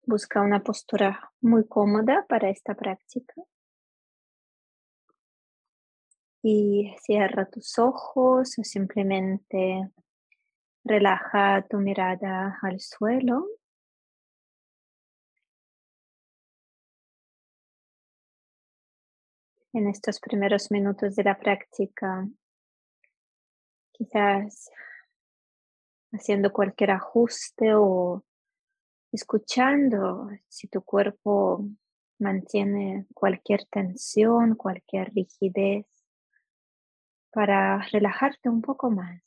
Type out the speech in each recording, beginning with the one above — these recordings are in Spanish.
Busca una postura muy cómoda para esta práctica y cierra tus ojos o simplemente relaja tu mirada al suelo. En estos primeros minutos de la práctica, quizás haciendo cualquier ajuste o escuchando si tu cuerpo mantiene cualquier tensión, cualquier rigidez, para relajarte un poco más,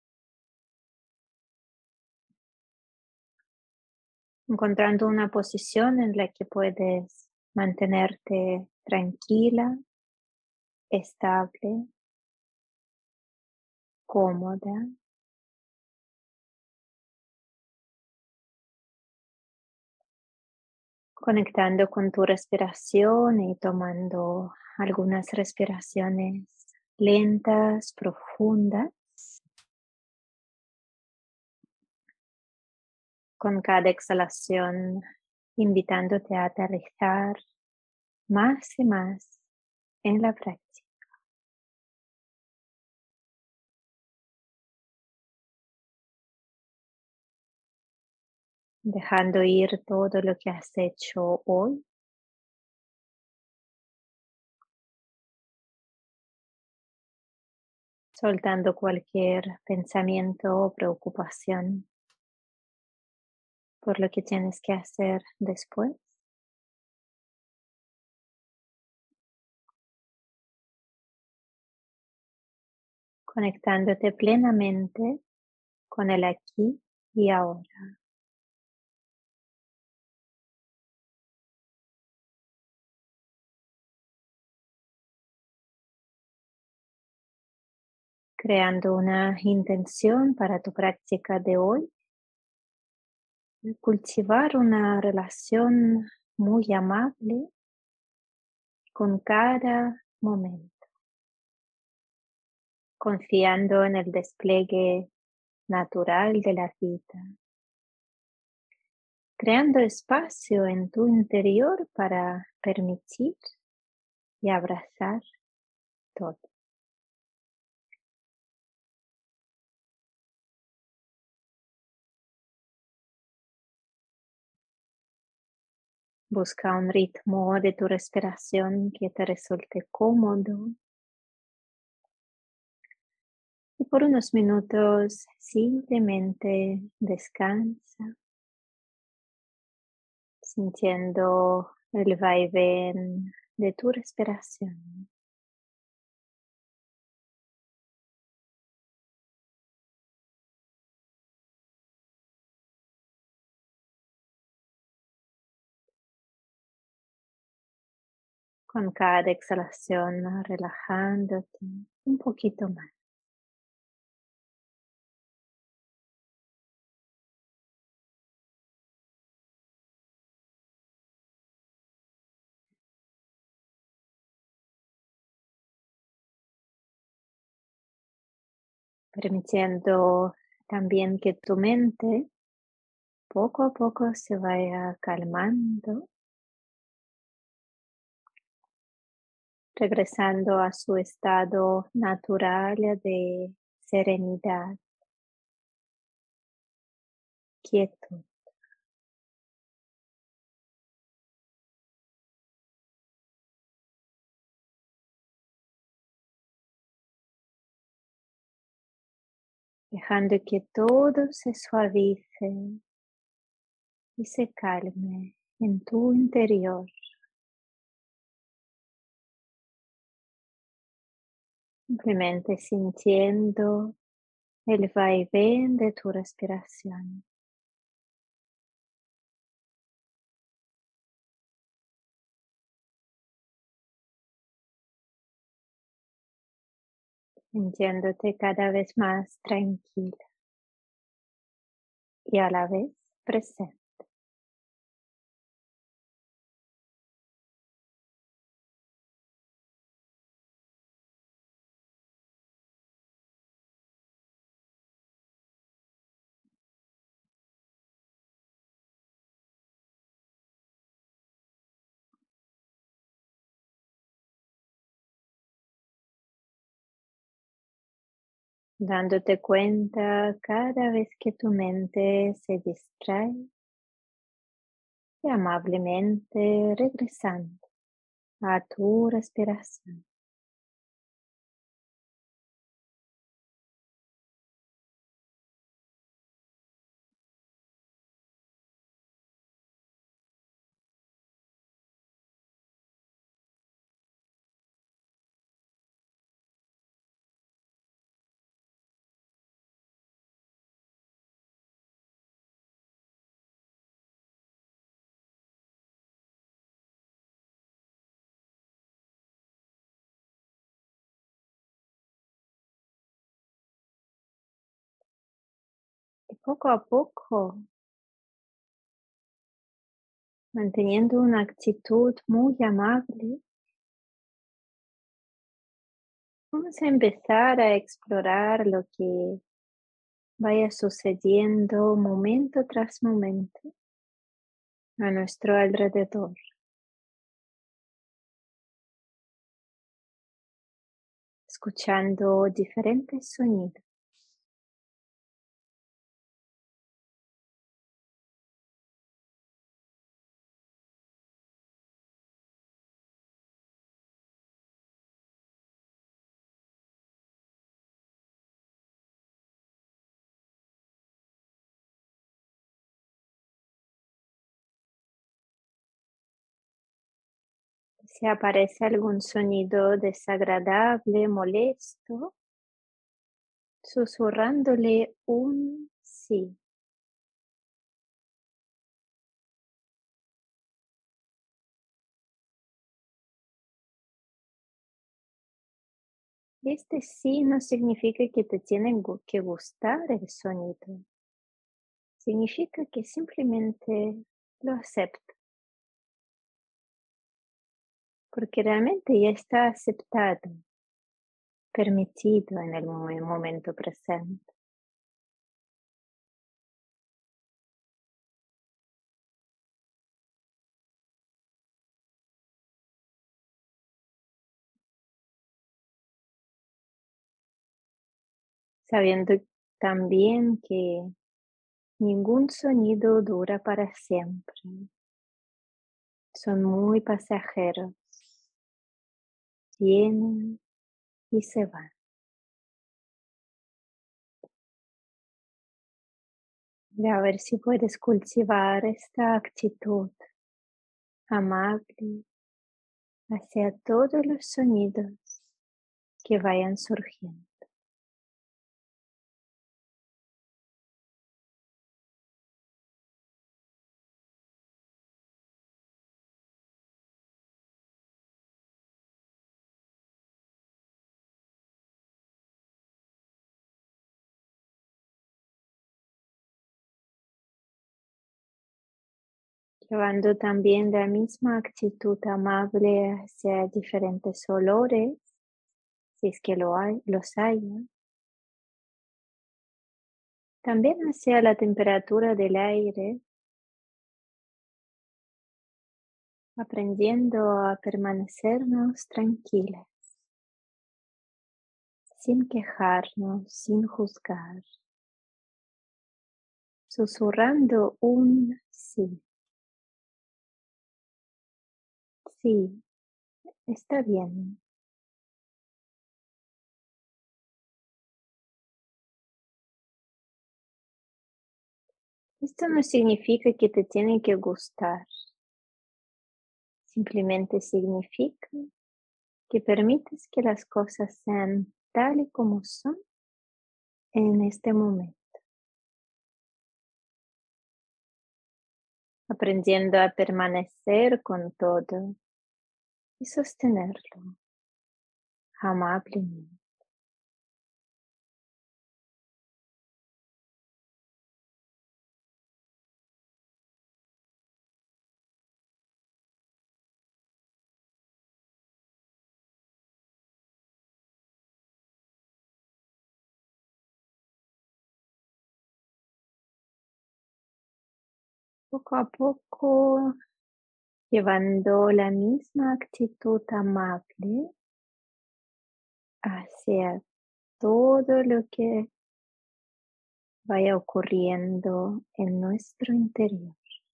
encontrando una posición en la que puedes mantenerte tranquila, estable, cómoda, conectando con tu respiración y tomando algunas respiraciones lentas, profundas. Con cada exhalación, invitándote a aterrizar más y más en la práctica, dejando ir todo lo que has hecho hoy, soltando cualquier pensamiento o preocupación por lo que tienes que hacer después, conectándote plenamente con el aquí y ahora, creando una intención para tu práctica de hoy, cultivar una relación muy amable con cada momento, confiando en el despliegue natural de la vida, creando espacio en tu interior para permitir y abrazar todo. Busca un ritmo de tu respiración que te resulte cómodo y por unos minutos simplemente descansa, sintiendo el vaivén de tu respiración. Con cada exhalación relajándote un poquito más. Permitiendo también que tu mente poco a poco se vaya calmando, regresando a su estado natural de serenidad, quietud, dejando que todo se suavice y se calme en tu interior, simplemente sintiendo el vaivén de tu respiración. Sintiéndote cada vez más tranquila y a la vez presente. dándote cuenta cada vez que tu mente se distrae y amablemente regresando a tu respiración. Y poco a poco, manteniendo una actitud muy amable, vamos a empezar a explorar lo que vaya sucediendo momento tras momento a nuestro alrededor, escuchando diferentes sonidos. Si aparece algún sonido desagradable, molesto, susurrándole un sí. Este sí no significa que te tiene que gustar el sonido. Significa que simplemente lo aceptas, porque realmente ya está aceptado, permitido en el momento presente. Sabiendo también que ningún sonido dura para siempre. Son muy pasajeros, vienen y se van. Y a ver si puedes cultivar esta actitud amable hacia todos los sonidos que vayan surgiendo. Llevando también la misma actitud amable hacia diferentes olores, si es que los hay, también hacia la temperatura del aire, aprendiendo a permanecernos tranquilas, sin quejarnos, sin juzgar, susurrando un sí. Sí, está bien. Esto no significa que te tiene que gustar, simplemente significa que permites que las cosas sean tal y como son en este momento, aprendiendo a permanecer con todo y sostenerlo amablemente. Poco a poco, llevando la misma actitud amable hacia todo lo que vaya ocurriendo en nuestro interior.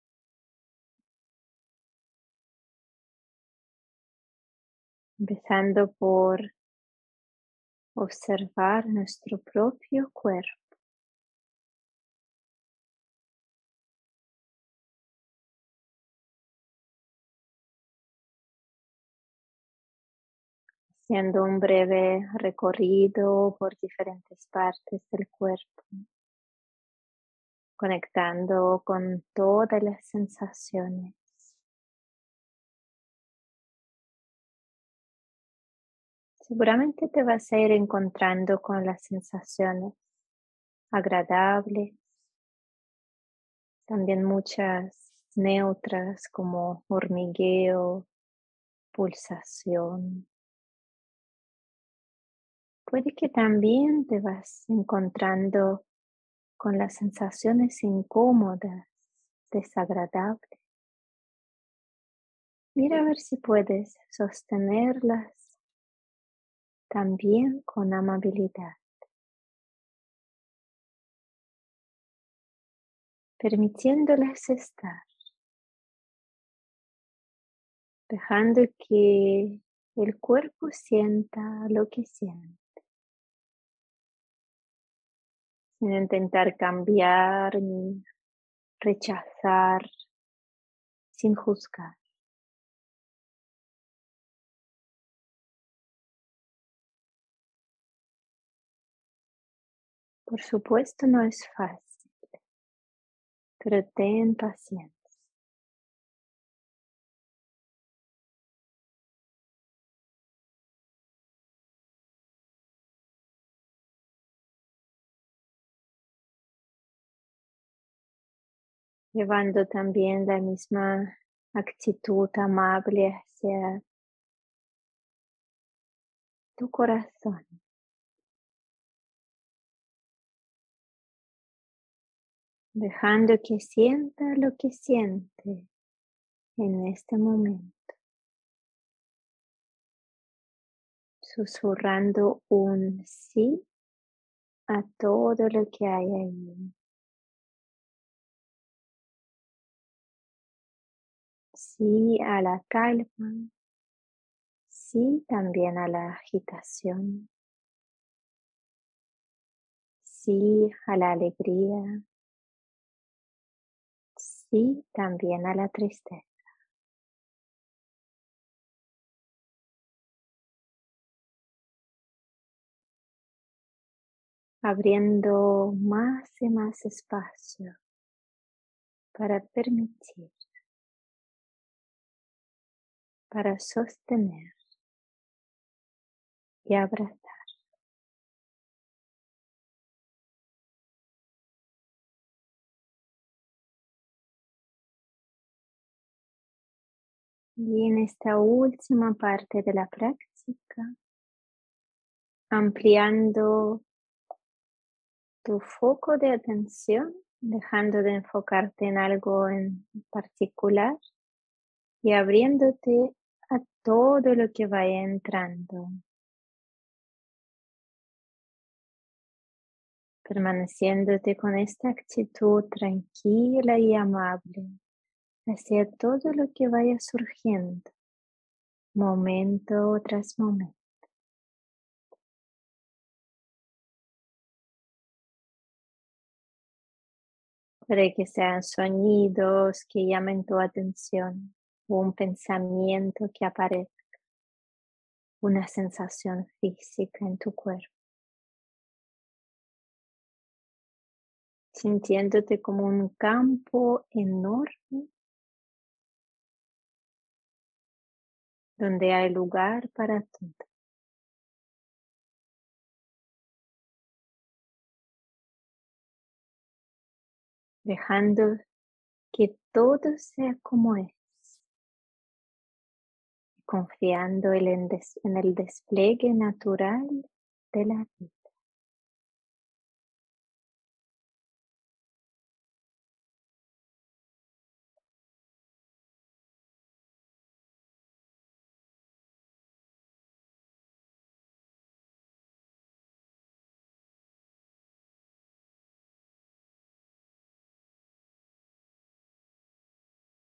Empezando por observar nuestro propio cuerpo, haciendo un breve recorrido por diferentes partes del cuerpo, conectando con todas las sensaciones. Seguramente te vas a ir encontrando con las sensaciones agradables, también muchas neutras como hormigueo, pulsación. Puede que también te vas encontrando con las sensaciones incómodas, desagradables. Mira a ver si puedes sostenerlas también con amabilidad, permitiéndolas estar, dejando que el cuerpo sienta lo que siente, sin intentar cambiar ni rechazar, sin juzgar. Por supuesto no es fácil, pero ten paciencia. Llevando también la misma actitud amable hacia tu corazón, dejando que sienta lo que siente en este momento, susurrando un sí a todo lo que hay ahí. Sí a la calma, sí también a la agitación, sí a la alegría, sí también a la tristeza. Abriendo más y más espacio para permitir, para sostener y abrazar. Y en esta última parte de la práctica, ampliando tu foco de atención, dejando de enfocarte en algo en particular y abriéndote a todo lo que vaya entrando, permaneciéndote con esta actitud tranquila y amable hacia todo lo que vaya surgiendo, momento tras momento. Puede que sean sonidos que llamen tu atención, o un pensamiento que aparezca, una sensación física en tu cuerpo, sintiéndote como un campo enorme donde hay lugar para todo, dejando que todo sea como es, confiando en el despliegue natural de la vida.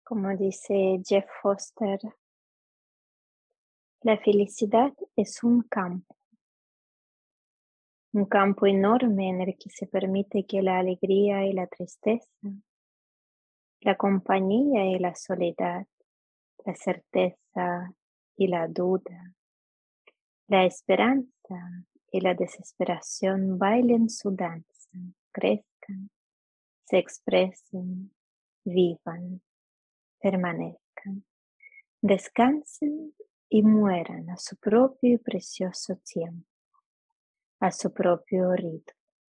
Como dice Jeff Foster, la felicidad es un campo enorme en el que se permite que la alegría y la tristeza, la compañía y la soledad, la certeza y la duda, la esperanza y la desesperación bailen su danza, crezcan, se expresen, vivan, permanezcan, descansen y mueran a su propio y precioso tiempo, a su propio ritmo.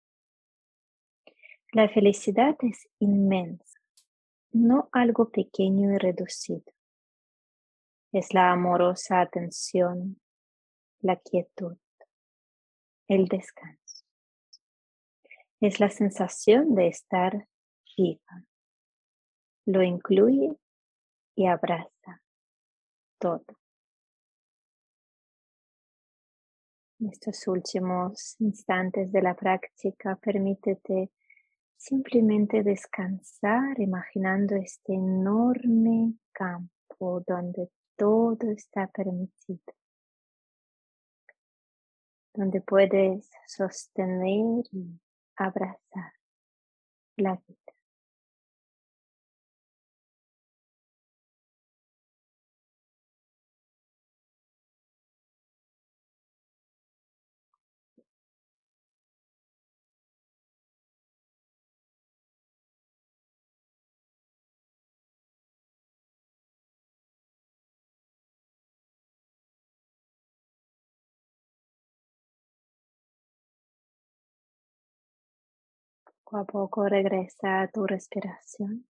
La felicidad es inmensa, no algo pequeño y reducido. Es la amorosa atención, la quietud, el descanso. Es la sensación de estar viva. Lo incluye y abraza todo. En estos últimos instantes de la práctica, permítete simplemente descansar imaginando este enorme campo donde todo está permitido, donde puedes sostener y abrazar la vida. Poco a poco regresa a tu respiración,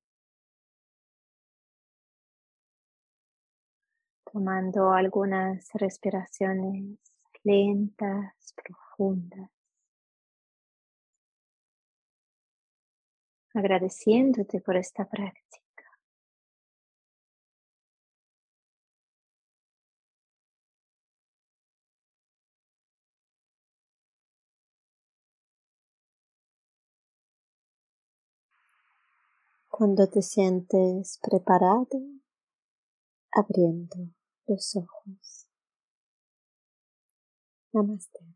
tomando algunas respiraciones lentas, profundas, agradeciéndote por esta práctica. Cuando te sientes preparado, abriendo los ojos. Namaste.